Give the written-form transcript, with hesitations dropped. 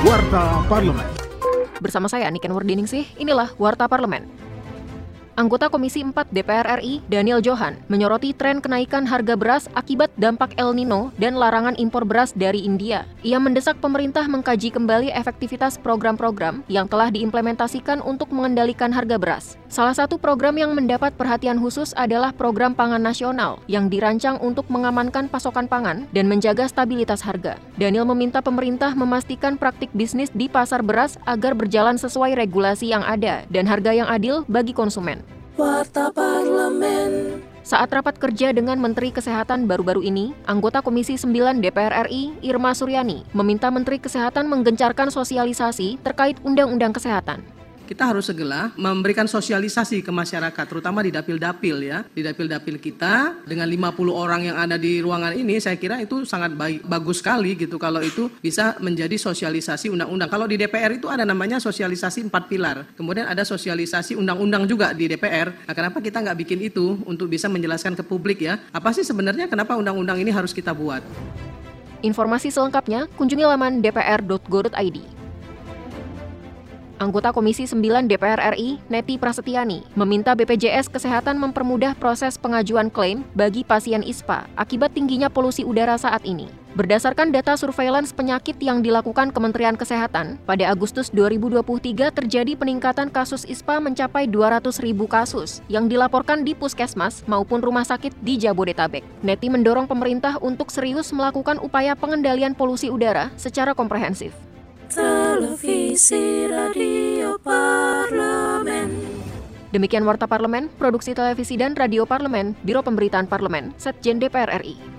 Warta Parlemen. Bersama saya Niken Wardiningsih, inilah Warta Parlemen. Anggota Komisi 4 DPR RI, Daniel Johan, menyoroti tren kenaikan harga beras akibat dampak El Nino dan larangan impor beras dari India. Ia mendesak pemerintah mengkaji kembali efektivitas program-program yang telah diimplementasikan untuk mengendalikan harga beras. Salah satu program yang mendapat perhatian khusus adalah Program Pangan Nasional yang dirancang untuk mengamankan pasokan pangan dan menjaga stabilitas harga. Daniel meminta pemerintah memastikan praktik bisnis di pasar beras agar berjalan sesuai regulasi yang ada dan harga yang adil bagi konsumen. Warta Parlemen. Saat rapat kerja dengan Menteri Kesehatan baru-baru ini, anggota Komisi 9 DPR RI, Irma Suryani, meminta Menteri Kesehatan menggencarkan sosialisasi terkait Undang-Undang Kesehatan. Kita harus segera memberikan sosialisasi ke masyarakat, terutama di dapil-dapil ya. Di dapil-dapil kita, dengan 50 orang yang ada di ruangan ini, saya kira itu sangat bagus sekali gitu kalau itu bisa menjadi sosialisasi undang-undang. Kalau di DPR itu ada namanya sosialisasi 4 pilar. Kemudian ada sosialisasi undang-undang juga di DPR. Nah, kenapa kita nggak bikin itu untuk bisa menjelaskan ke publik ya? Apa sih sebenarnya kenapa undang-undang ini harus kita buat? Informasi selengkapnya, kunjungi laman dpr.go.id. Anggota Komisi 9 DPR RI, Neti Prasetyani, meminta BPJS Kesehatan mempermudah proses pengajuan klaim bagi pasien ISPA akibat tingginya polusi udara saat ini. Berdasarkan data surveillance penyakit yang dilakukan Kementerian Kesehatan, pada Agustus 2023 terjadi peningkatan kasus ISPA mencapai 200.000 kasus yang dilaporkan di puskesmas maupun rumah sakit di Jabodetabek. Neti mendorong pemerintah untuk serius melakukan upaya pengendalian polusi udara secara komprehensif. Televisi Radio Parlemen. Demikian Warta Parlemen, Produksi Televisi dan Radio Parlemen, Biro Pemberitaan Parlemen, Setjen DPR RI.